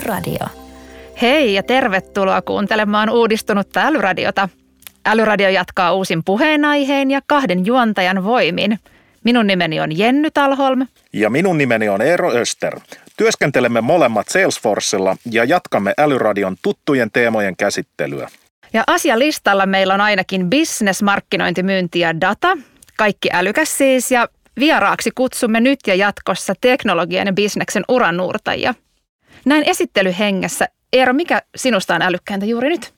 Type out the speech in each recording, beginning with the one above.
Älyradio. Hei ja tervetuloa kuuntelemaan uudistunutta Älyradiota. Älyradio jatkaa uusin puheenaiheen ja 2 juontajan voimin. Minun nimeni on Jenny Talholm. Ja minun nimeni on Eero Öster. Työskentelemme molemmat Salesforcella ja jatkamme Älyradion tuttujen teemojen käsittelyä. Ja asialistalla meillä on ainakin business, markkinointi, myynti ja data. Kaikki älykäs siis, ja vieraaksi kutsumme nyt ja jatkossa teknologian ja bisneksen uranuurtajia. Näin esittelyhengessä. Eero, mikä sinusta on älykkääntä juuri nyt?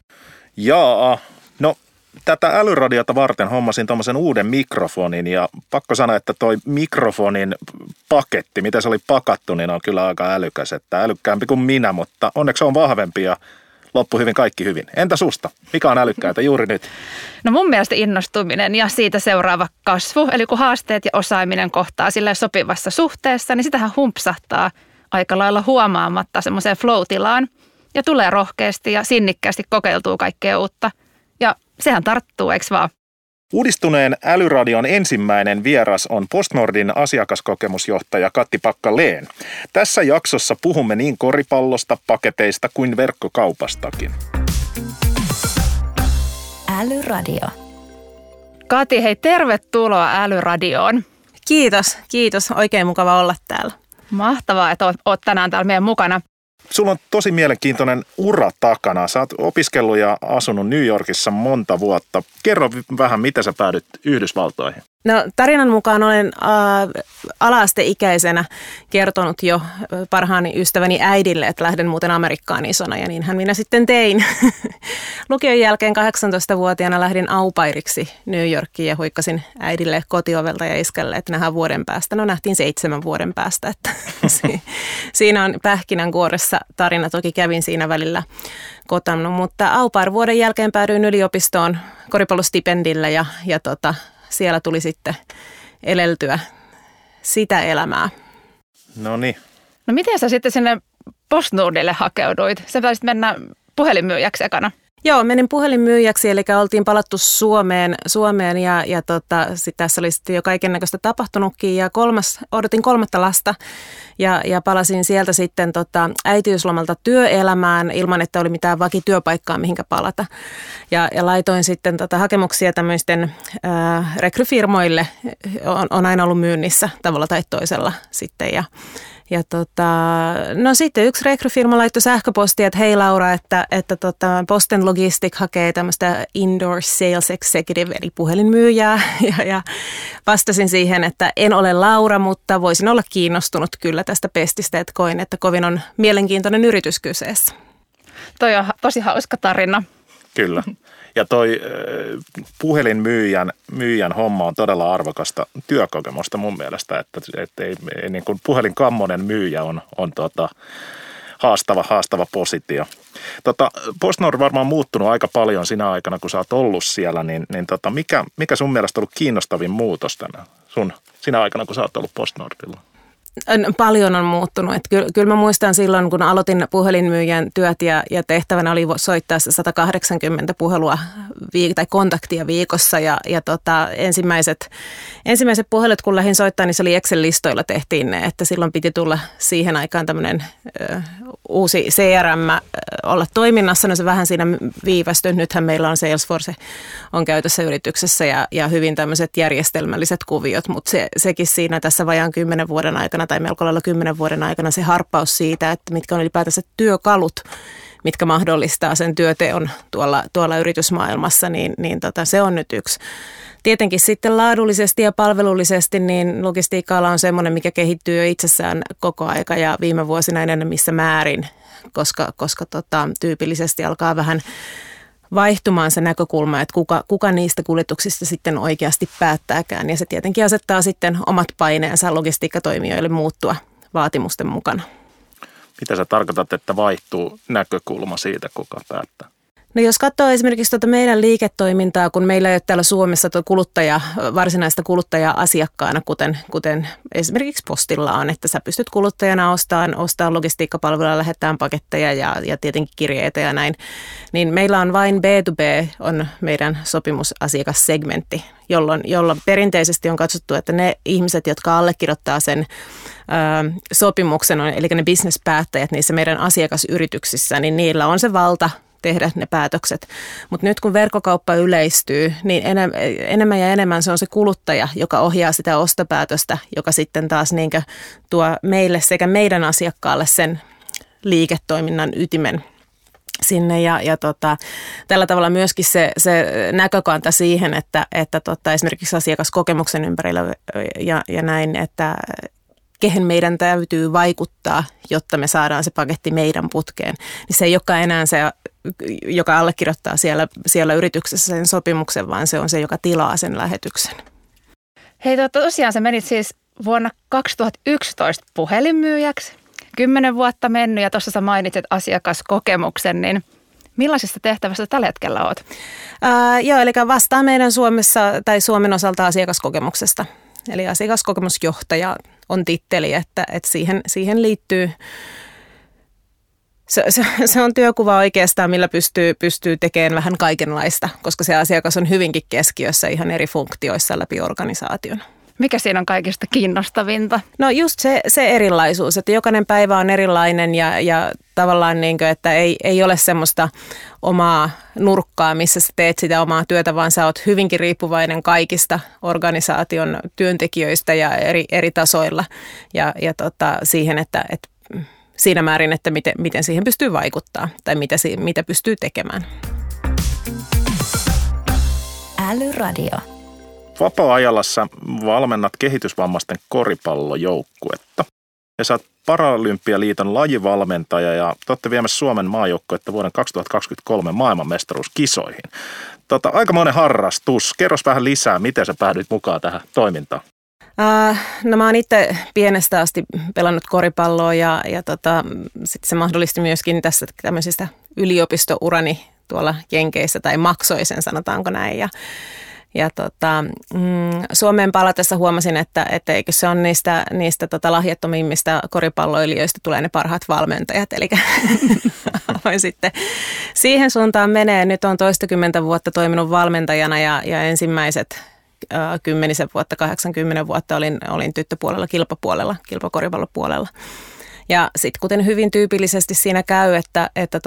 Tätä Älyradiota varten hommasin tuommoisen uuden mikrofonin ja pakko sanoa, että toi mikrofonin paketti, mitä se oli pakattu, niin on kyllä aika älykäs, että älykkäämpi kuin minä, mutta onneksi on vahvempi ja loppu hyvin, kaikki hyvin. Entä susta? Mikä on älykkäitä juuri nyt? No mun mielestä innostuminen ja siitä seuraava kasvu, eli kun haasteet ja osaaminen kohtaa sille sopivassa suhteessa, niin sitähän humpsahtaa aika lailla huomaamatta semmoiseen flow-tilaan ja tulee rohkeasti ja sinnikkäästi kokeiltuu kaikkea uutta. Ja sehän tarttuu, eikö vaan? Uudistuneen Älyradion ensimmäinen vieras on PostNordin asiakaskokemusjohtaja Kati Packalén. Tässä jaksossa puhumme niin koripallosta, paketeista kuin verkkokaupastakin. Älyradio. Kati, hei, tervetuloa Älyradioon. Kiitos. Oikein mukava olla täällä. Mahtavaa, että oot tänään täällä meidän mukana. Sulla on tosi mielenkiintoinen ura takana. Sä oot opiskellut ja asunut New Yorkissa monta vuotta. Kerro vähän, miten sä päädyt Yhdysvaltoihin. No, tarinan mukaan olen ala-asteikäisenä kertonut jo parhaani ystäväni äidille, että lähden muuten Amerikkaan isona, ja niinhän minä sitten tein. Lukion jälkeen 18-vuotiaana lähdin au pairiksi New Yorkiin ja huikkasin äidille kotiovelta ja iskälle, että nähdään vuoden päästä. No, nähtiin 7 vuoden päästä, että siinä on pähkinänkuoressa tarina. Toki kävin siinä välillä kotona, mutta au pair vuoden jälkeen päädyin yliopistoon koripallostipendillä ja siellä tuli sitten eleltyä sitä elämää. No niin. No miten sä sitten sinne PostNordille hakeuduit? Sä pääsit mennä puhelinmyyjäksi ekana. Joo, menin puhelinmyyjäksi, eli oltiin palattu Suomeen ja tässä oli sitten jo kaikennäköistä tapahtunutkin ja odotin 3. lasta ja palasin sieltä sitten äitiyslomalta työelämään ilman, että oli mitään vakityöpaikkaa mihinkä palata. Ja laitoin sitten hakemuksia tämmöisten rekryfirmoille, on aina ollut myynnissä tavalla tai toisella sitten no sitten yksi rekryfirma laittoi sähköpostia, että hei Laura, että Boston Logistic hakee tämmöistä Indoor Sales Executive eli puhelinmyyjää ja vastasin siihen, että en ole Laura, mutta voisin olla kiinnostunut kyllä tästä pestistä, että koin, että kovin on mielenkiintoinen yritys kyseessä. Toi on tosi hauska tarina. Kyllä. Ja toi puhelinmyyjän homma on todella arvokasta työkokemusta mun mielestä, että ei niin kuin puhelinkammonen myyjä on haastava positio. PostNord varmaan muuttunut aika paljon sinä aikana, kun sä oot ollut siellä, niin mikä sun mielestä on ollut kiinnostavin muutos sinä aikana, kun sä oot ollut PostNordilla? Paljon on muuttunut. Kyllä mä muistan silloin, kun aloitin puhelinmyyjän työt ja tehtävänä oli soittaa 180 puhelua tai kontaktia viikossa ja ensimmäiset puhelut, kun lähdin soittaa, niin se oli Excel-listoilla tehtiin ne, että silloin piti tulla siihen aikaan tämmöinen uusi CRM olla toiminnassa, no se vähän siinä viivästyi. Nythän meillä on Salesforce on käytössä yrityksessä ja hyvin tämmöiset järjestelmälliset kuviot, mutta sekin siinä tässä vajaan 10 vuoden aikana tai melko lailla 10 vuoden aikana se harppaus siitä, että mitkä on ylipäätänsä työkalut, mitkä mahdollistaa sen työteon tuolla yritysmaailmassa, niin se on nyt yksi. Tietenkin sitten laadullisesti ja palvelullisesti niin logistiikka-ala on semmoinen, mikä kehittyy jo itsessään koko aika ja viime vuosina enemmän missä määrin, koska tyypillisesti alkaa vähän vaihtumaan se näkökulma, että kuka niistä kuljetuksista sitten oikeasti päättääkään. Ja se tietenkin asettaa sitten omat paineensa logistiikkatoimijoille muuttua vaatimusten mukana. Mitä sä tarkoitat, että vaihtuu näkökulma siitä, kuka päättää? No jos katsoo esimerkiksi tuota meidän liiketoimintaa, kun meillä ei ole täällä Suomessa varsinaista kuluttaja-asiakkaana, kuten esimerkiksi postilla on, että sä pystyt kuluttajana ostamaan logistiikkapalveluja, lähettämään paketteja ja tietenkin kirjeitä ja näin, niin meillä on vain B2B on meidän sopimusasiakassegmentti, jolloin perinteisesti on katsottu, että ne ihmiset, jotka allekirjoittaa sen sopimuksen, eli ne bisnespäättäjät niissä meidän asiakasyrityksissä, niin niillä on se valta tehdä ne päätökset. Mutta nyt kun verkkokauppa yleistyy, niin enemmän ja enemmän se on se kuluttaja, joka ohjaa sitä ostopäätöstä, joka sitten taas niinkö tuo meille sekä meidän asiakkaalle sen liiketoiminnan ytimen sinne ja tällä tavalla myöskin se näkökanta siihen, että esimerkiksi asiakaskokemuksen ympärillä ja näin, että kehen meidän täytyy vaikuttaa, jotta me saadaan se paketti meidän putkeen. Niin se ei olekaan enää se, joka allekirjoittaa siellä yrityksessä sen sopimuksen, vaan se on se, joka tilaa sen lähetyksen. Hei, tosiaan sä menit siis vuonna 2011 puhelinmyyjäksi. 10 vuotta mennyt ja tuossa sä mainitsit asiakaskokemuksen, niin millaisesta tehtävästä tällä hetkellä oot? Joo, eli vastaan meidän Suomen osalta asiakaskokemuksesta. Eli asiakaskokemusjohtaja on titteli, että siihen liittyy, se on työkuva oikeastaan, millä pystyy tekemään vähän kaikenlaista, koska se asiakas on hyvinkin keskiössä ihan eri funktioissa läpi organisaation. Mikä siinä on kaikista kiinnostavinta? No just se erilaisuus, että jokainen päivä on erilainen ja tavallaan niin kuin, että ei ole semmoista omaa nurkkaa, missä sä teet sitä omaa työtä, vaan sä oot hyvinkin riippuvainen kaikista organisaation työntekijöistä ja eri tasoilla ja siihen, että siinä määrin, että miten siihen pystyy vaikuttaa tai mitä pystyy tekemään. Älyradio. Vapaa-ajalla valmennat kehitysvammaisten koripallojoukkuetta ja sä oot Paralympialiiton lajivalmentaja ja te olette viemässä Suomen maajoukkuetta vuoden 2023 maailmanmestaruuskisoihin. Aikamoinen harrastus. Kerros vähän lisää, miten sä päädyit mukaan tähän toimintaan? No mä oon itse pienestä asti pelannut koripalloa ja sitten se mahdollisti myöskin tässä tämmöisistä yliopistourani tuolla Jenkeissä tai maksoi sen, sanotaanko näin. Ja Suomeen palatessa huomasin, että eikö se on niistä lahjattomimmista koripalloilijoista tulee ne parhaat valmentajat. Eli aloin sitten siihen suuntaan menee. Nyt on 20 vuotta toiminut valmentajana ja ensimmäiset 80 vuotta olin tyttöpuolella, kilpakoripallopuolella. Ja sitten kuten hyvin tyypillisesti siinä käy, että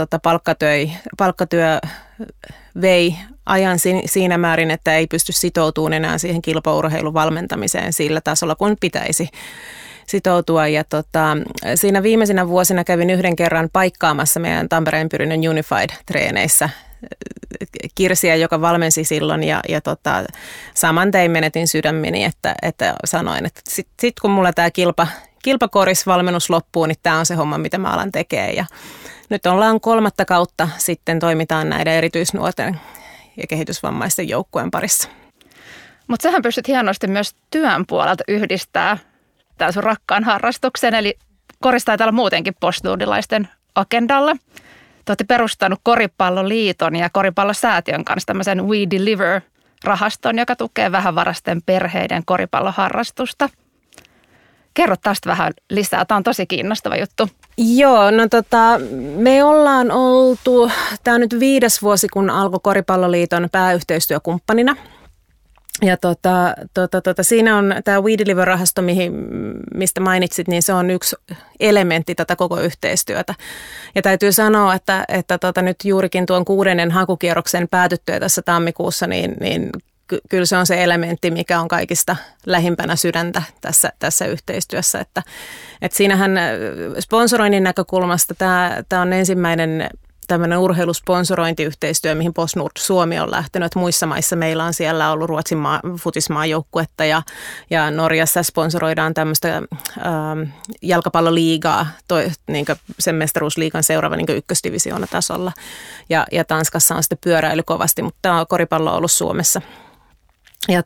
palkkatyö vei ajan siinä määrin, että ei pysty sitoutumaan enää siihen kilpaurheilun valmentamiseen sillä tasolla, kun pitäisi sitoutua. Ja siinä viimeisinä vuosina kävin yhden kerran paikkaamassa meidän Tampereen Pyrinnön Unified-treeneissä Kirsiä, joka valmensi silloin ja saman tein menetin sydämeni, että sanoin, että sit kun mulla tämä kilpakorisvalmennus loppuu, niin tämä on se homma, mitä mä alan tekemään. Ja nyt ollaan 3. kautta sitten toimitaan näiden erityisnuorten ja kehitysvammaisten joukkueen parissa. Mutta sähän pystyt hienosti myös työn puolelta yhdistää tämän sun rakkaan harrastuksen, eli korista taitaa olla muutenkin postnuudilaisten agendalla. Te olette perustanut Koripalloliiton ja Koripallosäätiön kanssa tämmöisen We Deliver-rahaston, joka tukee vähävaraisten perheiden koripalloharrastusta. Kerro tästä vähän lisää. Tämä on tosi kiinnostava juttu. Joo, no me ollaan oltu, tämä on nyt 5. vuosi, kun alkoi Koripalloliiton pääyhteistyökumppanina. Ja siinä on tämä We Deliver-rahasto, mistä mainitsit, niin se on yksi elementti tätä koko yhteistyötä. Ja täytyy sanoa, että nyt juurikin tuon 6. hakukierroksen päätyttyä tässä tammikuussa, niin kyllä se on se elementti, mikä on kaikista lähimpänä sydäntä tässä yhteistyössä. Että siinähän sponsoroinnin näkökulmasta tämä on ensimmäinen tämmöinen urheilusponsorointiyhteistyö, mihin PostNord Suomi on lähtenyt. Muissa maissa meillä on siellä ollut Ruotsin futismaajoukkuetta ja Norjassa sponsoroidaan tämmöistä jalkapalloliigaa, niin sen mestaruusliigan seuraava niin ykkösdivisioonatasolla. Ja Tanskassa on sitten pyöräily kovasti, mutta tämä on koripallo ollut Suomessa. Ja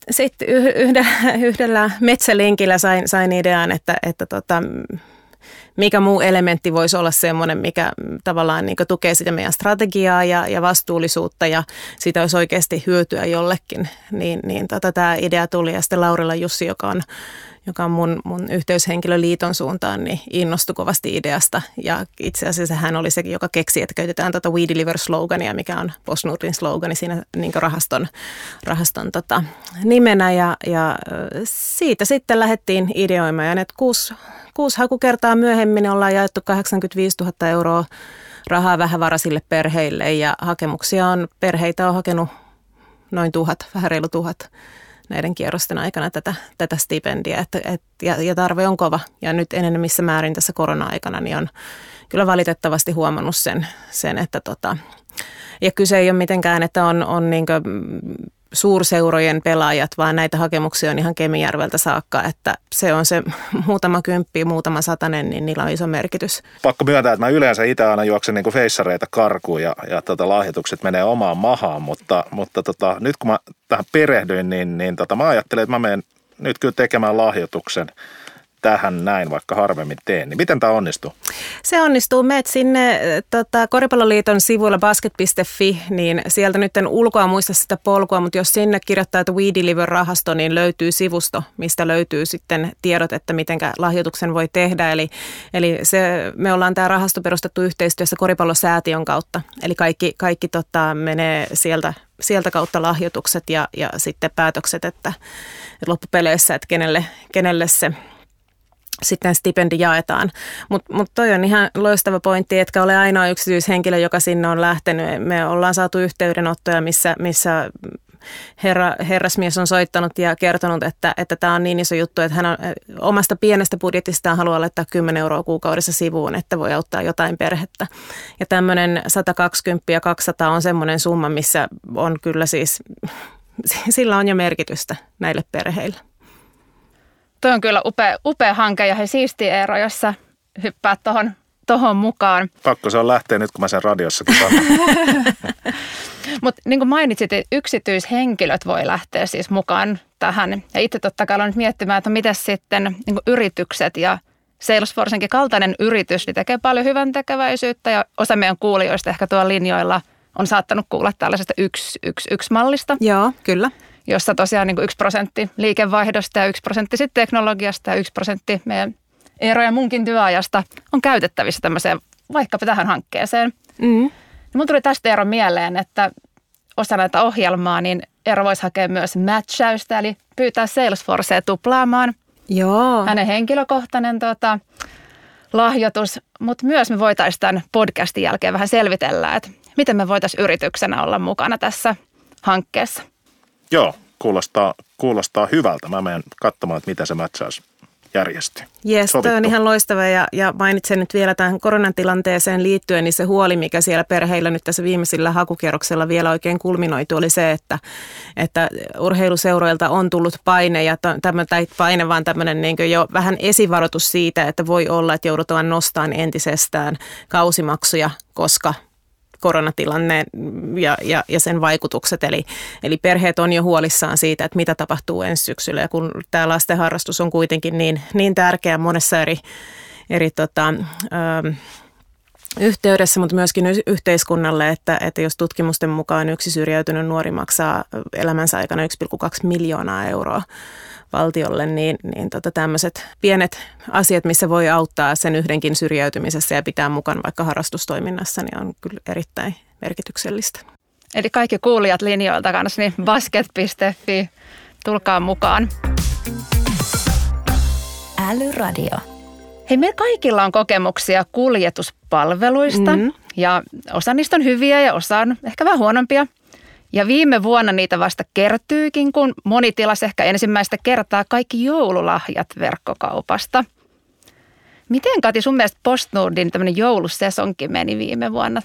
sitten yhdellä metsälinkillä sain idean, että mikä muu elementti voisi olla semmoinen, mikä tavallaan niin kuin tukee sitä meidän strategiaa ja vastuullisuutta ja siitä olisi oikeasti hyötyä jollekin. Niin tämä idea tuli ja sitten Laurila Jussi, joka on mun yhteyshenkilö liiton suuntaan, niin innostui kovasti ideasta. Ja itse asiassa hän oli sekin, joka keksi, että käytetään We Deliver-slogania, mikä on PostNordin slogani siinä niin rahaston nimenä. Ja siitä sitten lähdettiin ideoimaan. Ja nyt 6 hakukertaa myöhemmin ollaan jaettu 85 000 euroa rahaa vähävaraisille perheille. Ja perheitä on hakenut noin 1000, vähän reilu 1000. Näiden kierrosten aikana tätä stipendiä, ja tarve on kova. Ja nyt enenevissä määrin tässä korona-aikana niin on kyllä valitettavasti huomannut sen että ja kyse ei ole mitenkään, että on niin kuin suurseurojen pelaajat, vaan näitä hakemuksia on ihan Kemijärveltä saakka, että se on se muutama kymppi, muutama satanen, niin niillä on iso merkitys. Pakko myöntää, että mä yleensä itse aina juoksen niin kuin feissareita karkuun ja lahjoitukset menee omaan mahaan, mutta nyt kun mä tähän perehdyin, niin mä ajattelin, että mä menen nyt kyllä tekemään lahjoituksen tähän näin, vaikka harvemmin teen. Niin miten tämä onnistuu? Se onnistuu. Meet sinne Koripalloliiton sivuilla basket.fi, niin sieltä nyt en ulkoa muista sitä polkua, mutta jos sinne kirjoittaa, että We Deliver-rahasto, niin löytyy sivusto, mistä löytyy sitten tiedot, että mitenkä lahjoituksen voi tehdä. Eli me ollaan tämä rahasto perustettu yhteistyössä Koripallosäätiön kautta. Eli kaikki menee sieltä kautta lahjoitukset ja sitten päätökset, että loppupeleissä, että kenelle se sitten stipendi jaetaan. Mutta toi on ihan loistava pointti, etkä ole ainoa yksityishenkilö, joka sinne on lähtenyt. Me ollaan saatu yhteydenottoja, missä herrasmies on soittanut ja kertonut, että tämä on niin iso juttu, että hän on omasta pienestä budjetistaan haluaa laittaa 10 euroa kuukaudessa sivuun, että voi auttaa jotain perhettä. Ja tämmöinen 120 ja 200 on semmoinen summa, missä on kyllä siis, sillä on jo merkitystä näille perheille. Tuo on kyllä upea hanke ja siisti Eero, jos sä hyppäät tohon mukaan. Pakko se on lähteä nyt, kun mä sen radiossakin sanon. Mutta niin kuin mainitsit, yksityishenkilöt voi lähteä siis mukaan tähän. Ja itse totta kai olen nyt miettimään, että miten sitten niin kuin yritykset ja Salesforcenkin kaltainen yritys niin tekee paljon hyvän tekeväisyyttä. Ja osa meidän kuulijoista ehkä tuolla linjoilla on saattanut kuulla tällaisesta 1-1-1-mallista. Joo, kyllä. Jossa tosiaan niin kuin 1% liikevaihdosta ja 1% sitten teknologiasta ja 1% meidän Eero ja munkin työajasta on käytettävissä tämmöiseen vaikkapa tähän hankkeeseen. Mm. Mun tuli tästä Eero mieleen, että osana tätä ohjelmaa niin Eero voisi hakea myös matchausta, eli pyytää Salesforcea tuplaamaan hänen henkilökohtainen lahjoitus, mutta myös me voitaisiin tämän podcastin jälkeen vähän selvitellä, että miten me voitaisiin yrityksenä olla mukana tässä hankkeessa. Joo, kuulostaa hyvältä. Mä menen katsomaan, että miten se matchaus järjestyy. Jes, toi on ihan loistava ja mainitsen nyt vielä tähän koronatilanteeseen liittyen, niin se huoli, mikä siellä perheillä nyt tässä viimeisillä hakukierroksella vielä oikein kulminoitu, oli se, että urheiluseuroilta on tullut paine ja paine vaan tämmöinen niin kuin jo vähän esivaroitus siitä, että voi olla, että joudutaan nostamaan entisestään kausimaksuja, koska koronatilanne ja sen vaikutukset. Eli perheet on jo huolissaan siitä, että mitä tapahtuu ensi syksyllä. Ja kun tämä lastenharrastus on kuitenkin niin tärkeä monessa eri yhteydessä, mutta myöskin yhteiskunnalle, että jos tutkimusten mukaan yksi syrjäytynyt nuori maksaa elämänsä aikana 1,2 miljoonaa euroa valtiolle, niin tämmöiset pienet asiat, missä voi auttaa sen yhdenkin syrjäytymisessä ja pitää mukana vaikka harrastustoiminnassa, niin on kyllä erittäin merkityksellistä. Eli kaikki kuulijat linjoilta kanssa, niin basket.fi, tulkaa mukaan. Älyradio. Hei, meillä kaikilla on kokemuksia kuljetuspalveluista ja osa niistä on hyviä ja osa on ehkä vähän huonompia. Ja viime vuonna niitä vasta kertyykin, kun moni tilasi ehkä ensimmäistä kertaa kaikki joululahjat verkkokaupasta. Miten Kati sun mielestä PostNordin tämmöinen joulusesonki meni viime vuonna?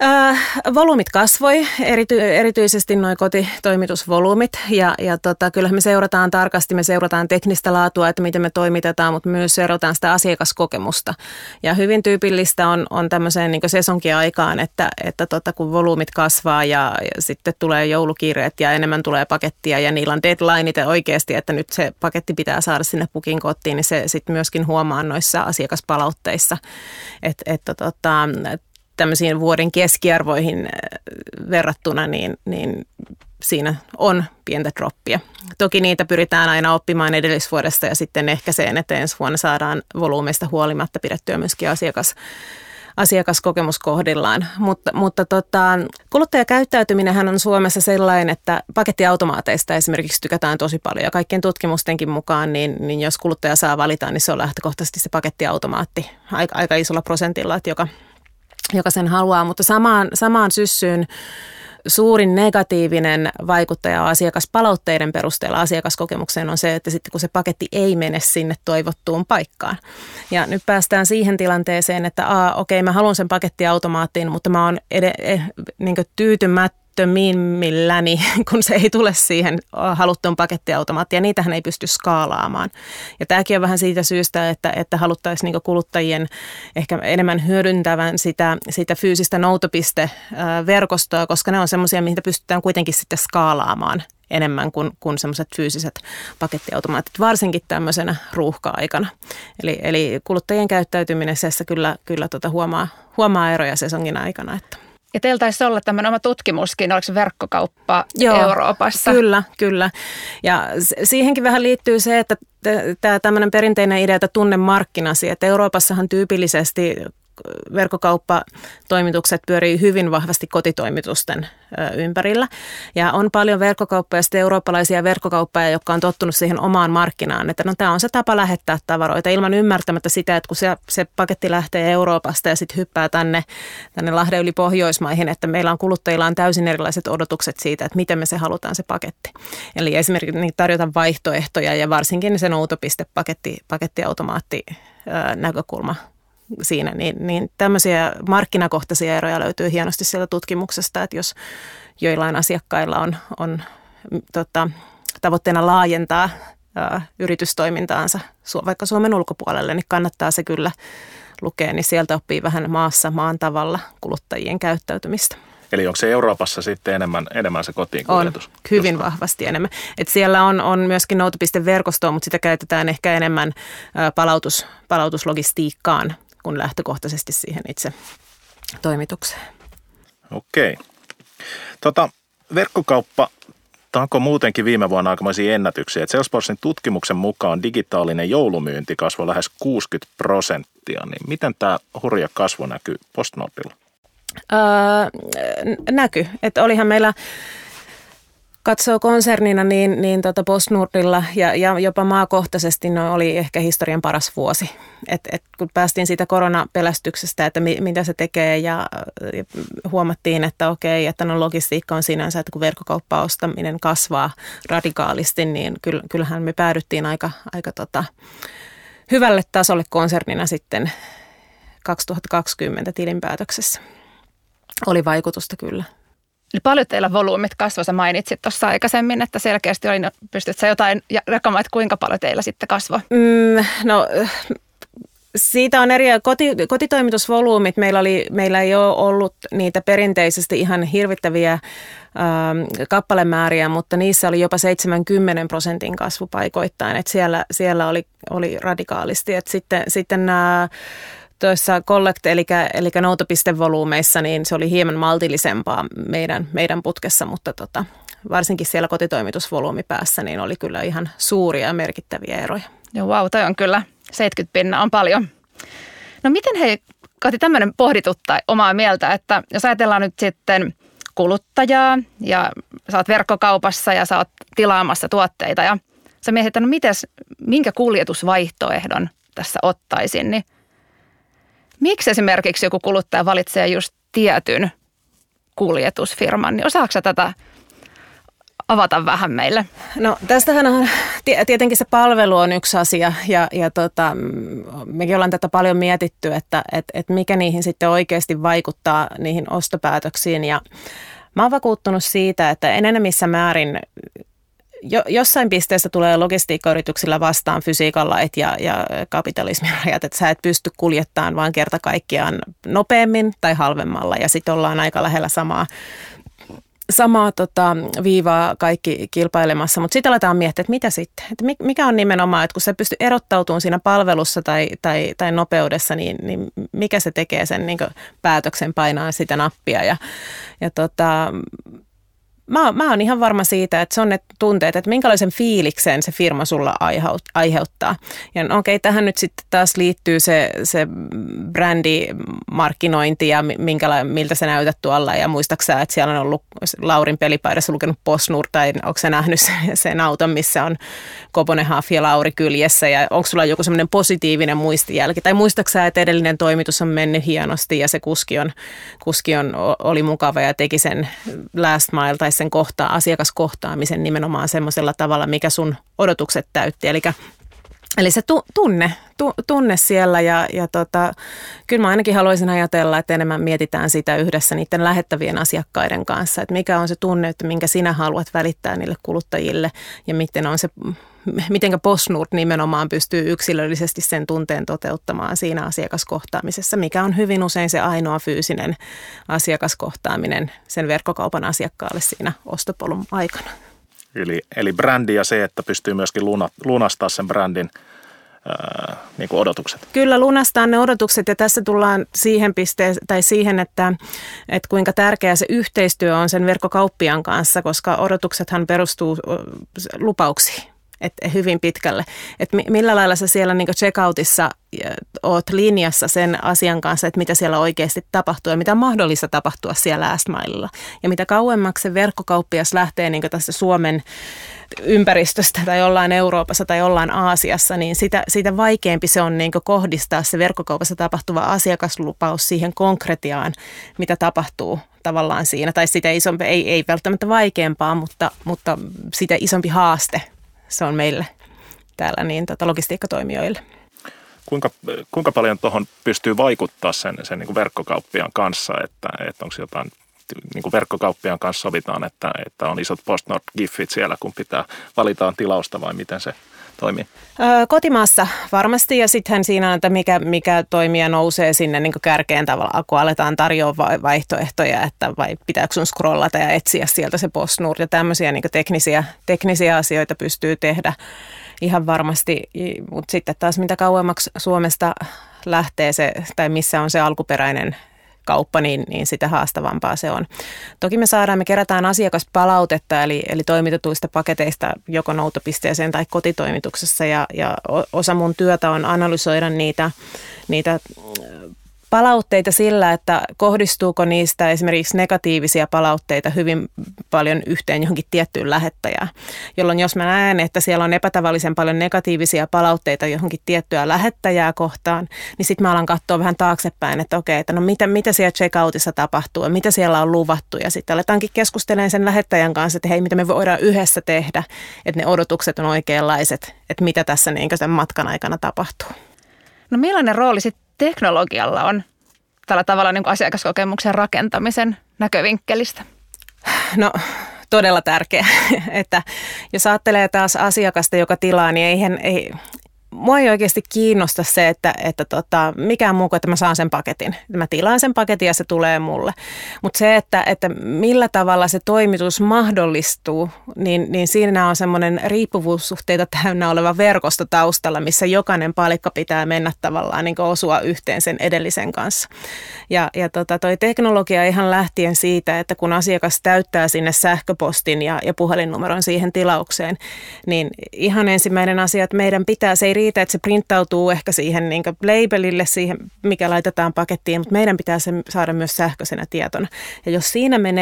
Volyymit kasvoi, erityisesti nuo kotitoimitusvolyymit ja kyllähän me seurataan tarkasti, me seurataan teknistä laatua, että miten me toimitetaan, mutta myös seurataan sitä asiakaskokemusta. Ja hyvin tyypillistä on tämmöiseen niin kuin sesonkiaikaan, että kun volyymit kasvaa ja sitten tulee joulukiireet ja enemmän tulee pakettia ja niillä on deadlineit oikeasti, että nyt se paketti pitää saada sinne pukin kotiin, niin se sitten myöskin huomaa noissa asiakaspalautteissa, että tämmöisiin vuoden keskiarvoihin verrattuna, niin siinä on pientä droppia. Toki niitä pyritään aina oppimaan edellisvuodesta ja sitten ehkä sen, että ensi vuonna saadaan volyymeista huolimatta pidettyä myöskin asiakaskokemus kohdillaan. Mutta kuluttajakäyttäytyminenhän on Suomessa sellainen, että pakettiautomaateista esimerkiksi tykätään tosi paljon. Ja kaikkien tutkimustenkin mukaan, niin jos kuluttaja saa valita, niin se on lähtökohtaisesti se pakettiautomaatti aika isolla prosentilla, että joka sen haluaa, mutta samaan syssyyn suurin negatiivinen vaikuttaja asiakaspalautteiden perusteella asiakaskokemukseen on se, että sitten kun se paketti ei mene sinne toivottuun paikkaan. Ja nyt päästään siihen tilanteeseen, että mä haluan sen pakettiautomaattiin, mutta mä oon niin tyytymättömimmilläni, kun se ei tule siihen haluttuun pakettiautomaattiin, ja niitähän ei pysty skaalaamaan. Ja tämäkin on vähän siitä syystä, että haluttaisiin niin kuluttajien ehkä enemmän hyödyntävän sitä fyysistä noutopisteverkostoa, koska ne on semmoisia, mihin pystytään kuitenkin sitten skaalaamaan enemmän kuin semmoiset fyysiset pakettiautomaatit, varsinkin tämmöisenä ruuhka-aikana. Eli kuluttajien käyttäytymisessä kyllä huomaa eroja sesongin aikana, että ja teillä taisi olla tämmöinen oma tutkimuskin, oliko se verkkokauppa Euroopassa? Kyllä. Ja siihenkin vähän liittyy se, että tämä tämmöinen perinteinen idea, että tunne markkinasi, että Euroopassahan tyypillisesti verkkokauppatoimitukset pyörii hyvin vahvasti kotitoimitusten ympärillä. Ja on paljon verkkokauppoja, sitten eurooppalaisia verkkokauppoja, jotka on tottunut siihen omaan markkinaan. Että tämä on se tapa lähettää tavaroita ilman ymmärtämättä sitä, että kun se paketti lähtee Euroopasta ja sitten hyppää tänne Lahden yli Pohjoismaihin, että meillä on kuluttajilla on täysin erilaiset odotukset siitä, että miten me se halutaan se paketti. Eli esimerkiksi niin tarjota vaihtoehtoja ja varsinkin se noutopiste pakettiautomaatti näkökulma siinä, niin tämmöisiä markkinakohtaisia eroja löytyy hienosti sieltä tutkimuksesta, että jos joillain asiakkailla on tavoitteena laajentaa yritystoimintaansa vaikka Suomen ulkopuolelle, niin kannattaa se kyllä lukea, niin sieltä oppii vähän maan tavalla kuluttajien käyttäytymistä. Eli onko se Euroopassa sitten enemmän se kotiin kuljetus? On, hyvin vahvasti enemmän. Et siellä on myöskin noutopisteverkostoa, mutta sitä käytetään ehkä enemmän palautuslogistiikkaan kuin lähtökohtaisesti siihen itse toimitukseen. Okei. Verkkokauppa, onko muutenkin viime vuonna aikamoisia ennätyksiä? Salesforcen tutkimuksen mukaan digitaalinen joulumyynti kasvoi lähes 60%. Niin miten tämä hurja kasvu näkyy PostNordilla? Näkyy. Että olihan meillä, katsoo konsernina, niin PostNordilla ja jopa maakohtaisesti oli ehkä historian paras vuosi. Et kun päästiin siitä koronapelästyksestä, että mitä se tekee ja huomattiin, että okei, että logistiikka on sinänsä, että kun verkkokauppa ostaminen kasvaa radikaalisti, niin kyllähän me päädyttiin aika hyvälle tasolle konsernina sitten 2020 tilinpäätöksessä. Oli vaikutusta kyllä. Eli paljon teillä volyymit kasvoi, sä mainitsit tuossa aikaisemmin, että selkeästi oli, pystyt sä jotain jakamaan, että kuinka paljon teillä sitten kasvoi? Siitä on eri kotitoimitusvolyymit. Meillä ei ole ollut niitä perinteisesti ihan hirvittäviä kappalemääriä, mutta niissä oli jopa 70% kasvu paikoittain. Et siellä oli radikaalisti. Et sitten tuossa collect, eli noutopistevolyymeissa, niin se oli hieman maltillisempaa meidän putkessa, mutta varsinkin siellä kotitoimitusvolyymipäässä niin oli kyllä ihan suuria ja merkittäviä eroja. Joo, vau, toi on kyllä 70% on paljon. No miten Kati, tämmöinen pohdituttaa omaa mieltä, että jos ajatellaan nyt sitten kuluttajaa ja sä oot verkkokaupassa ja sä oot tilaamassa tuotteita ja sä mietit, että no minkä kuljetusvaihtoehdon tässä ottaisin, niin miksi esimerkiksi joku kuluttaja valitsee just tietyn kuljetusfirman, niin osaatko sä tätä avata vähän meille? No tästähän on, tietenkin se palvelu on yksi asia ja mekin ollaan tätä paljon mietitty, että mikä niihin sitten oikeasti vaikuttaa niihin ostopäätöksiin ja mä oon vakuuttunut siitä, että enenevissä määrin jossain pisteessä tulee logistiikkayrityksillä vastaan fysiikan lait ja kapitalismin rajat, että sä et pysty kuljettamaan vaan kerta kaikkiaan nopeammin tai halvemmalla ja sitten ollaan aika lähellä samaa viivaa kaikki kilpailemassa, mutta sitten aletaan miettiä, että mitä sitten, että mikä on nimenomaan, että kun sä pystyt erottautumaan siinä palvelussa tai nopeudessa, niin mikä se tekee sen niin päätöksen painaa sitä nappia ja Mä oon ihan varma siitä, että se on ne tunteet, että minkälaisen fiiliksen se firma sulla aiheuttaa. Ja okei, tähän nyt sitten taas liittyy se brändimarkkinointi ja miltä sä näytät tuolla. Ja muistaaksä, että siellä on ollut Laurin pelipaidassa lukenut PostNord tai onko sä nähnyt sen auton, missä on Koponen, Haff ja Lauri kyljessä ja onko sulla joku semmoinen positiivinen muistijälki. Tai muistaaksä, että edellinen toimitus on mennyt hienosti ja se kuski oli mukava ja teki sen last mile tai sen asiakaskohtaamisen nimenomaan semmoisella tavalla, mikä sun odotukset täytti. Eli se tunne siellä ja kyllä mä ainakin haluaisin ajatella, että enemmän mietitään sitä yhdessä niiden lähettävien asiakkaiden kanssa, että mikä on se tunne, että minkä sinä haluat välittää niille kuluttajille ja mitenkä PostNord nimenomaan pystyy yksilöllisesti sen tunteen toteuttamaan siinä asiakaskohtaamisessa, mikä on hyvin usein se ainoa fyysinen asiakaskohtaaminen sen verkkokaupan asiakkaalle siinä ostopolun aikana. Eli brändi ja se, että pystyy myöskin lunastaa sen brändin niin kuin odotukset. Kyllä lunastaa ne odotukset ja tässä tullaan siihen, että kuinka tärkeää se yhteistyö on sen verkkokauppiaan kanssa, koska odotuksethan perustuu lupauksiin. Hyvin pitkälle. Että millä lailla sä siellä niin checkoutissa oot linjassa sen asian kanssa, että mitä siellä oikeasti tapahtuu ja mitä on mahdollista tapahtua siellä last milella. Ja mitä kauemmaksi se verkkokauppias lähtee niin tässä Suomen ympäristöstä tai ollaan Euroopassa tai ollaan Aasiassa, niin sitä vaikeampi se on niin kohdistaa se verkkokaupassa tapahtuva asiakaslupaus siihen konkretiaan, mitä tapahtuu tavallaan siinä. Tai sitä isompi, ei välttämättä vaikeampaa, mutta sitä isompi haaste. Se on meille täällä logistiikkatoimijoille. Kuinka paljon tuohon pystyy vaikuttaa sen niin kuin verkkokauppiaan kanssa, että onko jotain niin kuin verkkokauppiaan kanssa sovitaan, että on isot PostNord-giffit siellä, kun valitaan tilausta vai miten se toimii? Kotimaassa varmasti ja sittenhän siinä on, että mikä toimija nousee sinne niin kuin kärkeen tavallaan, kun aletaan tarjoa vaihtoehtoja, että vai pitääkö sun scrollata ja etsiä sieltä se PostNord ja tämmöisiä niin kuin teknisiä asioita pystyy tehdä ihan varmasti, mutta sitten taas mitä kauemmaksi Suomesta lähtee se tai missä on se alkuperäinen kauppa, niin sitä haastavampaa se on. Toki me kerätään asiakaspalautetta, eli toimitetuista paketeista joko noutopisteeseen tai kotitoimituksessa, ja osa mun työtä on analysoida niitä palautteita sillä, että kohdistuuko niistä esimerkiksi negatiivisia palautteita hyvin paljon yhteen johonkin tiettyyn lähettäjään. Jolloin jos mä näen, että siellä on epätavallisen paljon negatiivisia palautteita johonkin tiettyä lähettäjää kohtaan, niin sitten mä alan katsoa vähän taaksepäin, että okei, että no mitä siellä checkoutissa tapahtuu ja mitä siellä on luvattu. Ja sitten aletaankin keskustelemaan sen lähettäjän kanssa, että hei, mitä me voidaan yhdessä tehdä, että ne odotukset on oikeanlaiset, että mitä tässä niin sen matkan aikana tapahtuu. No millainen rooli sitten teknologialla on tällä tavalla niin kuin asiakaskokemuksen rakentamisen näkövinkkelistä? No todella tärkeä, että jos ajattelee taas asiakasta, joka tilaa, niin mua ei oikeasti kiinnosta se, että mikään muu kuin, että mä saan sen paketin. Mä tilaan sen paketin ja se tulee mulle. Mutta se, että millä tavalla se toimitus mahdollistuu, niin siinä on semmoinen riippuvuussuhteita täynnä oleva verkosto taustalla, missä jokainen palikka pitää mennä tavallaan niin kuin osua yhteen sen edellisen kanssa. Ja toi teknologia ihan lähtien siitä, että kun asiakas täyttää sinne sähköpostin ja puhelinnumeron siihen tilaukseen, niin ihan ensimmäinen asia, että meidän pitää, se ei riitä, että se printtautuu ehkä siihen niin kuin labelille, siihen mikä laitetaan pakettiin, mutta meidän pitää se saada myös sähköisenä tietona. Ja jos siinä menee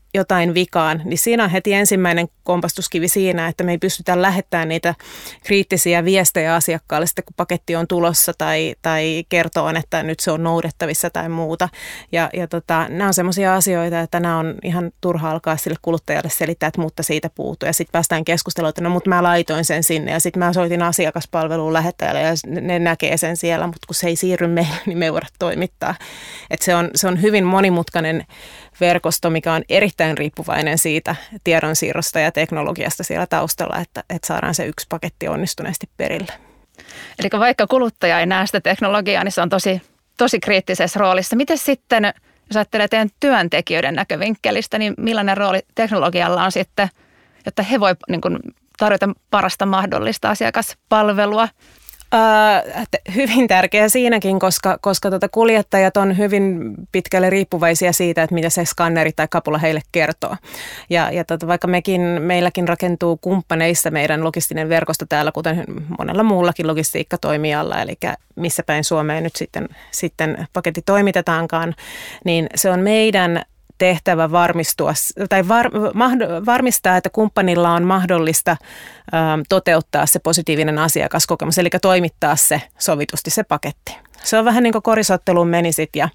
jotain vikaan, niin siinä on heti ensimmäinen kompastuskivi siinä, että me ei pystytä lähettämään niitä kriittisiä viestejä asiakkaalle sitten, kun paketti on tulossa tai kertoo, että nyt se on noudettavissa tai muuta. Ja nämä on semmoisia asioita, että nämä on ihan turha alkaa sille kuluttajalle selittää, että mutta siitä puuttuu. Ja sitten päästään keskusteluun, että no mutta mä laitoin sen sinne ja sitten mä soitin asiakaspalveluun lähettäjälle ja ne näkee sen siellä, mutta kun se ei siirry meille, niin me ei voida toimittaa. Että se on hyvin monimutkainen verkosto, mikä on erittäin riippuvainen siitä tiedonsiirrosta ja teknologiasta siellä taustalla, että saadaan se yksi paketti onnistuneesti perille. Eli vaikka kuluttaja ei näe sitä teknologiaa, niin se on tosi kriittisessä roolissa. Miten sitten, jos ajattelee teidän työntekijöiden näkövinkkelistä, niin millainen rooli teknologialla on sitten, jotta he voi niin kuin tarjota parasta mahdollista asiakaspalvelua? Hyvin tärkeä siinäkin, koska kuljettajat on hyvin pitkälle riippuvaisia siitä, että mitä se skanneri tai kapula heille kertoo. Ja vaikka meilläkin rakentuu kumppaneissa meidän logistinen verkosto täällä, kuten monella muullakin logistiikkatoimijalla, eli missä päin Suomeen nyt sitten paketti toimitetaankaan, niin se on meidän tehtävä varmistaa, että kumppanilla on mahdollista toteuttaa se positiivinen asiakaskokemus, eli toimittaa se sovitusti se paketti. Se on vähän niin kuin korisotteluun menisit ja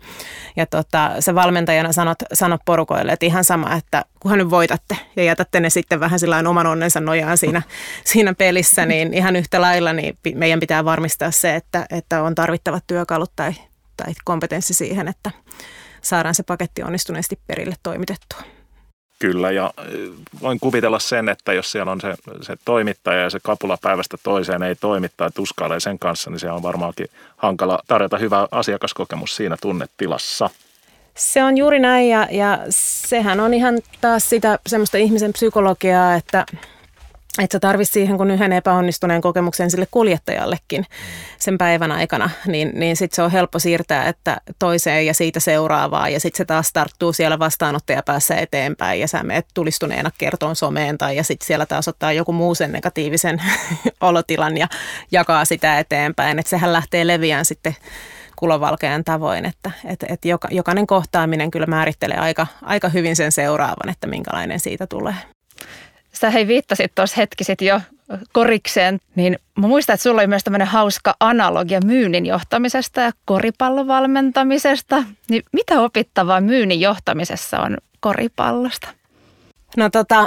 se valmentajana sanot porukoille, että ihan sama, että kunhan nyt voitatte ja jätätte ne sitten vähän sillain oman onnensa nojaan siinä pelissä, niin ihan yhtä lailla niin meidän pitää varmistaa se, että on tarvittavat työkalut tai kompetenssi siihen, että saadaan se paketti onnistuneesti perille toimitettua. Kyllä, ja voin kuvitella sen, että jos siellä on se toimittaja ja se kapula päivästä toiseen ei toimi tai tuskailee sen kanssa, niin se on varmaankin hankala tarjota hyvä asiakaskokemus siinä tunnetilassa. Se on juuri näin, ja sehän on ihan taas sitä semmoista ihmisen psykologiaa, että sä tarvitset siihen, kun yhden epäonnistuneen kokemuksen sille kuljettajallekin sen päivän aikana, niin sitten se on helppo siirtää että toiseen ja siitä seuraavaan. Ja sitten se taas tarttuu siellä vastaanottajapäässä eteenpäin ja sä menet tulistuneena kertoon someen ja sitten siellä taas ottaa joku muu sen negatiivisen olotilan ja jakaa sitä eteenpäin. Että sehän lähtee leviään sitten kulovalkean tavoin, että jokainen kohtaaminen kyllä määrittelee aika hyvin sen seuraavan, että minkälainen siitä tulee. Sä viittasit tuossa hetki sitten jo korikseen, niin mä muistan, että sulla oli myös tämmöinen hauska analogia myynnin johtamisesta ja koripallon valmentamisesta. Niin mitä opittavaa myynnin johtamisessa on koripallosta? No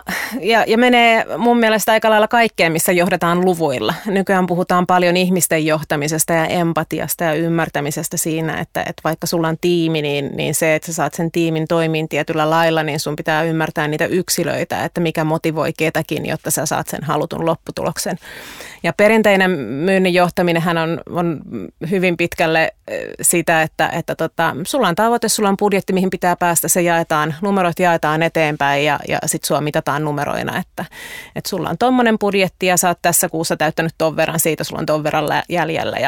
ja menee mun mielestä aika lailla kaikkeen, missä johdetaan luvuilla. Nykyään puhutaan paljon ihmisten johtamisesta ja empatiasta ja ymmärtämisestä siinä, että vaikka sulla on tiimi, niin se, että sä saat sen tiimin toimiin tietyllä lailla, niin sun pitää ymmärtää niitä yksilöitä, että mikä motivoi ketäkin, jotta sä saat sen halutun lopputuloksen. Ja perinteinen myynnin johtaminenhän on hyvin pitkälle sitä, että sulla on tavoite, sulla on budjetti, mihin pitää päästä, se jaetaan, numerot jaetaan eteenpäin ja sitten sua mitataan numeroina, että sulla on tommonen budjetti ja sä oot tässä kuussa täyttänyt ton verran, siitä sulla on ton verran jäljellä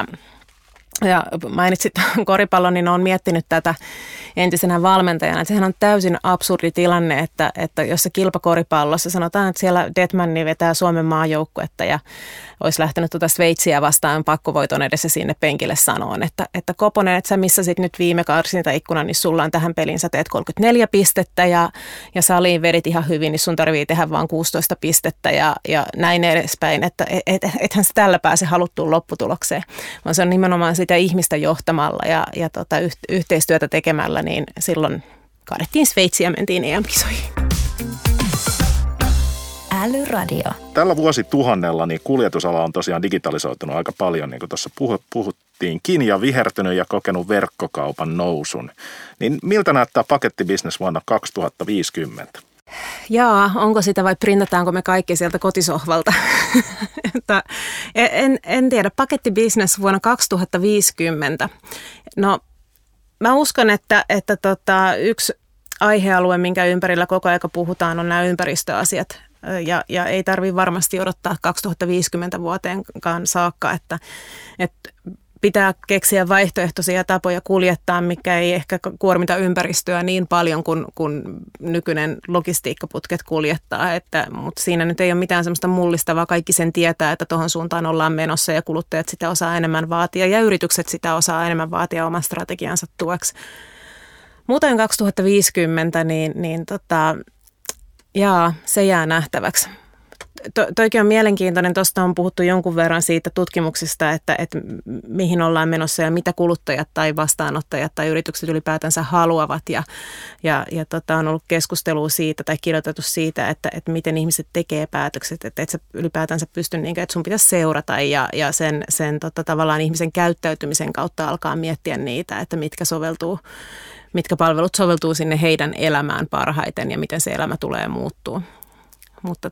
ja mainitsit koripallon, niin olen miettinyt tätä entisenä valmentajana. Sehän on täysin absurdi tilanne, että jos se kilpakoripallossa sanotaan, että siellä Detmanni vetää Suomen maajoukkuetta ja olisi lähtenyt Sveitsiä vastaan pakkovoiton edessä sinne penkille sanoon, että Koponen, että sä missasit nyt viime karsintaikkunan, niin sulla on tähän peliin, sä teet 34 pistettä ja saliin vedit ihan hyvin, niin sun tarvii tehdä vaan 16 pistettä ja näin edespäin, että ethän sä tällä pääse haluttuun lopputulokseen, vaan se on nimenomaan sitä ihmistä johtamalla ja yhteistyötä tekemällä, niin silloin kaadettiin Sveitsiä ja mentiin EM-kisoihin. Älyradio. Tällä vuosituhannella niin kuljetusala on tosiaan digitalisoitunut aika paljon, niin kuin tuossa puhuttiinkin, ja vihertynyt ja kokenut verkkokaupan nousun. Niin miltä näyttää pakettibisnes vuonna 2050? Jaa, onko sitä vai printataanko me kaikki sieltä kotisohvalta? En tiedä. Pakettibisnes vuonna 2050. No, mä uskon, että yksi aihealue, minkä ympärillä koko ajan puhutaan, on nämä ympäristöasiat. Ja ei tarvitse varmasti odottaa 2050 vuoteenkaan saakka, että pitää keksiä vaihtoehtoisia tapoja kuljettaa, mikä ei ehkä kuormita ympäristöä niin paljon kuin nykyinen logistiikkaputket kuljettaa. Mutta siinä nyt ei ole mitään semmoista mullistavaa. Kaikki sen tietää, että tuohon suuntaan ollaan menossa ja kuluttajat sitä osaa enemmän vaatia ja yritykset sitä osaa enemmän vaatia oman strategiansa tueksi. Muuten 2050, niin Jaa, se jää nähtäväksi. Toikin on mielenkiintoinen. Tuosta on puhuttu jonkun verran siitä tutkimuksista, että mihin ollaan menossa ja mitä kuluttajat tai vastaanottajat tai yritykset ylipäätänsä haluavat. On ollut keskustelua siitä tai kirjoitettu siitä, että miten ihmiset tekee päätökset. Että et sä ylipäätänsä pysty, että sun pitäisi seurata ja sen tavallaan ihmisen käyttäytymisen kautta alkaa miettiä niitä, että mitkä palvelut soveltuu sinne heidän elämään parhaiten ja miten se elämä tulee muuttuu. Mutta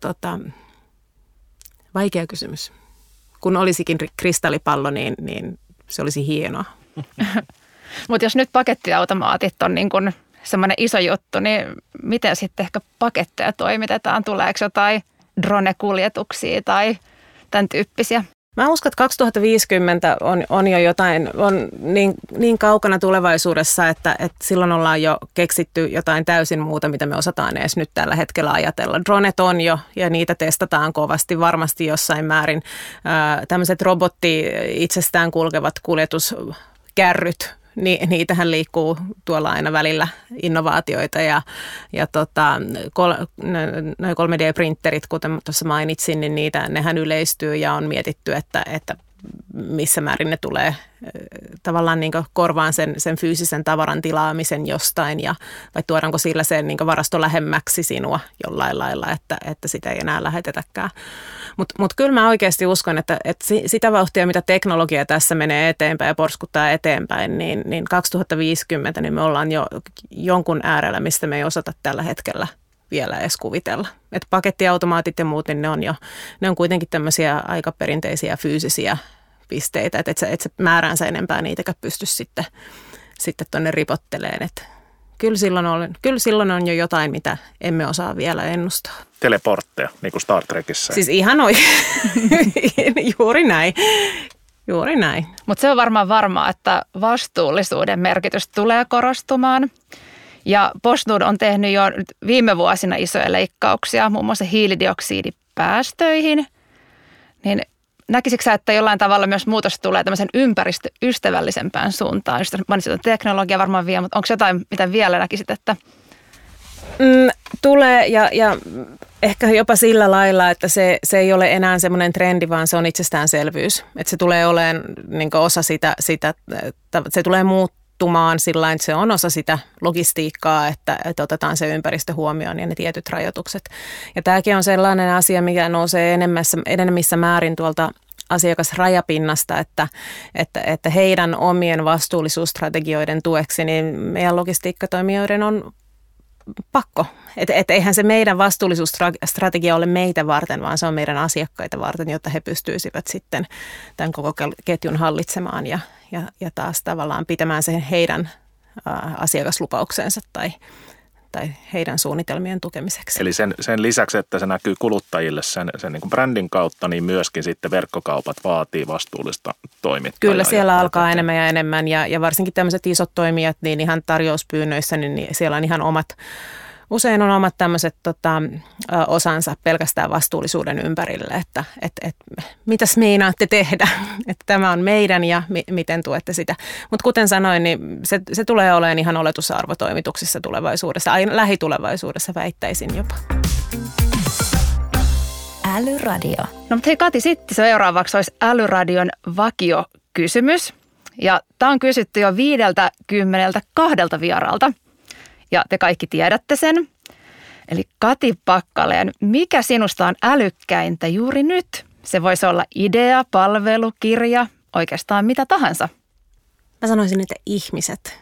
vaikea kysymys. Kun olisikin kristallipallo, niin se olisi hienoa. Mutta jos nyt pakettiautomaatit on niin kun semmoinen iso juttu, niin miten sitten ehkä paketteja toimitetaan? Tuleeko jotain drone-kuljetuksia tai tämän tyyppisiä? Mä uskon, että 2050 on jo jotain, on niin kaukana tulevaisuudessa, että silloin ollaan jo keksitty jotain täysin muuta, mitä me osataan edes nyt tällä hetkellä ajatella. Dronet on jo ja niitä testataan kovasti, varmasti jossain määrin. Tämmöiset itsestään kulkevat kuljetuskärryt, niitähän liikkuu tuolla aina välillä innovaatioita ja noi 3D-printerit, kuten tuossa mainitsin, niin nehän yleistyy ja on mietitty, että missä määrin ne tulee tavallaan niin korvaan sen fyysisen tavaran tilaamisen jostain vai tuodaanko sillä se niin varasto lähemmäksi sinua jollain lailla, että sitä ei enää lähetetäkään. Mut kyllä mä oikeasti uskon, että sitä vauhtia, mitä teknologia tässä menee eteenpäin ja porskuttaa eteenpäin, niin 2050 niin me ollaan jo jonkun äärellä, mistä me ei osata tällä hetkellä vielä edes kuvitella. Että pakettiautomaatit ja muut, niin ne on kuitenkin tämmöisiä aika perinteisiä fyysisiä pisteitä, että et sä määräänsä enempää niitäkään pysty sitten tuonne ripotteleen. Että kyllä silloin on jo jotain, mitä emme osaa vielä ennustaa. Teleportteja, niin kuin Star Trekissä. Siis ihan juuri näin. Mutta se on varmaa, että vastuullisuuden merkitys tulee korostumaan. Ja PostNord on tehnyt jo viime vuosina isoja leikkauksia, muun muassa hiilidioksidipäästöihin. Niin näkisikö sä, että jollain tavalla myös muutos tulee tämmöisen ympäristöystävällisempään suuntaan? Just mainitsin, teknologia varmaan vielä, mutta onko jotain, mitä vielä näkisit, että... Tulee ja ehkä jopa sillä lailla, että se ei ole enää semmoinen trendi, vaan se on itsestäänselvyys. Että se tulee olemaan niin kuin osa sitä, se tulee muuttumaan sillain, että se on osa sitä logistiikkaa, että otetaan se ympäristö huomioon ja ne tietyt rajoitukset. Ja tämäkin on sellainen asia, mikä nousee enemmissä määrin tuolta asiakasrajapinnasta, että heidän omien vastuullisuusstrategioiden tueksi, niin meidän logistiikkatoimijoiden on pakko. Että eihän se meidän vastuullisuusstrategia ole meitä varten, vaan se on meidän asiakkaita varten, jotta he pystyisivät sitten tämän koko ketjun hallitsemaan ja taas tavallaan pitämään sen heidän asiakaslupauksensa tai heidän suunnitelmien tukemiseksi. Eli sen lisäksi, että se näkyy kuluttajille sen niin kuin brändin kautta, niin myöskin sitten verkkokaupat vaatii vastuullista toimittajaa. Kyllä siellä alkaa enemmän ja enemmän ja varsinkin tämmöiset isot toimijat, niin ihan tarjouspyynnöissä, niin siellä on ihan usein on omat tämmöiset osansa pelkästään vastuullisuuden ympärille, että mitäs meinaatte tehdä, että tämä on meidän ja miten tuette sitä. Mutta kuten sanoin, niin se tulee olemaan ihan oletusarvotoimituksissa tulevaisuudessa, aina lähitulevaisuudessa väittäisin jopa. Älyradio. No mutta hei Kati, sitten seuraavaksi olisi Älyradion vakiokysymys. Ja tämä on kysytty jo 52 vieraalta. Ja te kaikki tiedätte sen. Eli Kati Pakkaleen, mikä sinusta on älykkäintä juuri nyt? Se voisi olla idea, palvelu, kirja, oikeastaan mitä tahansa. Mä sanoisin, että ihmiset.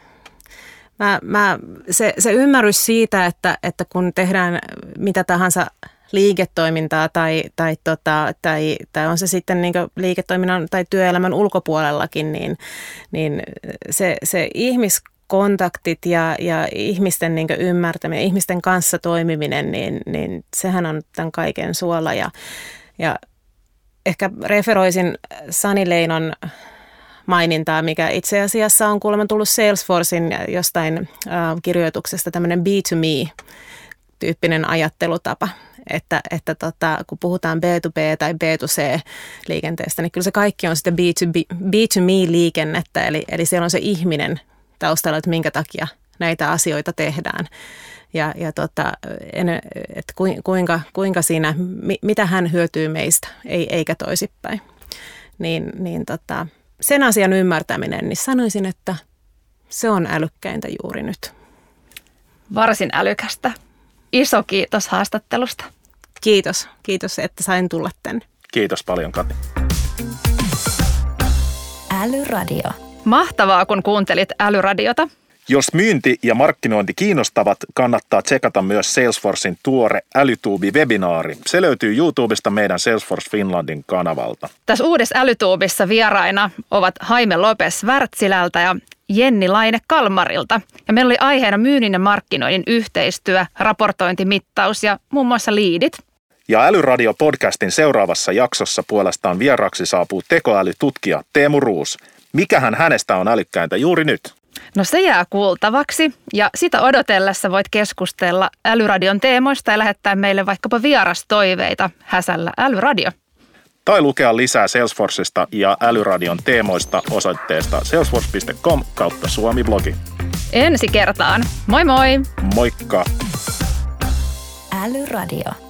Se ymmärrys siitä, että kun tehdään mitä tahansa liiketoimintaa tai on se sitten niin kuin liiketoiminnan tai työelämän ulkopuolellakin, niin se ihmiskontaktit ja ihmisten niin kuin ymmärtäminen, ihmisten kanssa toimiminen, niin sehän on tämän kaiken suola. Ja ehkä referoisin Sani Leinon mainintaa, mikä itse asiassa on kuulemma tullut Salesforcein jostain kirjoituksesta, tämmöinen B2Me-tyyppinen ajattelutapa. Että kun puhutaan B2B tai B2C-liikenteestä, niin kyllä se kaikki on sitä B2Me-liikennettä, eli siellä on se ihminen taustalla, että minkä takia näitä asioita tehdään. että kuinka siinä, mitä hän hyötyy meistä, eikä toisinpäin. Sen asian ymmärtäminen, niin sanoisin, että se on älykkäintä juuri nyt. Varsin älykästä. Iso kiitos haastattelusta. Kiitos, että sain tulla tänne. Kiitos paljon, Kati. Älyradio. Mahtavaa, kun kuuntelit Älyradiota. Jos myynti ja markkinointi kiinnostavat, kannattaa tsekata myös Salesforcen tuore Älytuubi-webinaari. Se löytyy YouTubesta meidän Salesforce Finlandin kanavalta. Tässä uudessa Älytuubissa vieraina ovat Jaime Lopes Wärtsilältä ja Jenni Laine Kalmarilta. Ja meillä oli aiheena myynnin ja markkinoinnin yhteistyö, raportointimittaus ja muun muassa liidit. Ja Älyradio-podcastin seuraavassa jaksossa puolestaan vieraaksi saapuu tekoälytutkija Teemu Roos. Mikähän hänestä on älykkäintä juuri nyt? No se jää kuultavaksi ja sitä odotellessa voit keskustella Älyradion teemoista ja lähettää meille vaikkapa vierastoiveita # Älyradio. Tai lukea lisää Salesforcesta ja Älyradion teemoista osoitteesta salesforce.com/Suomi-blogi. Ensi kertaan. Moi moi! Moikka! Älyradio.